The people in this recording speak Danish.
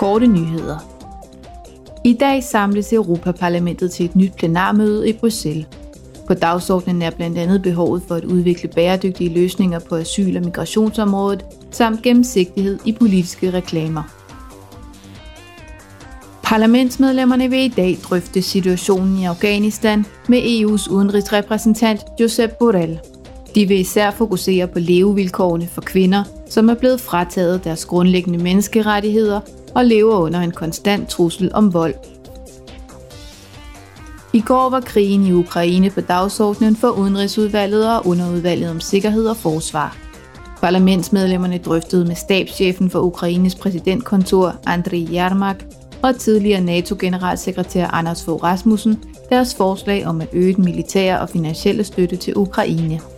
Korte nyheder. I dag samles Europaparlamentet til et nyt plenarmøde i Bruxelles. På dagsordenen er blandt andet behovet for at udvikle bæredygtige løsninger på asyl- og migrationsområdet, samt gennemsigtighed i politiske reklamer. Parlamentsmedlemmerne vil i dag drøfte situationen i Afghanistan med EU's udenrigsrepræsentant Josep Borrell. De vil især fokusere på levevilkårene for kvinder, som er blevet frataget deres grundlæggende menneskerettigheder og lever under en konstant trussel om vold. I går var krigen i Ukraine på dagsordenen for Udenrigsudvalget og Underudvalget om sikkerhed og forsvar. Parlamentsmedlemmerne drøftede med stabschefen for Ukraines præsidentkontor, Andriy Yermak, og tidligere NATO-generalsekretær Anders Fogh Rasmussen deres forslag om at øge den militære og finansielle støtte til Ukraine.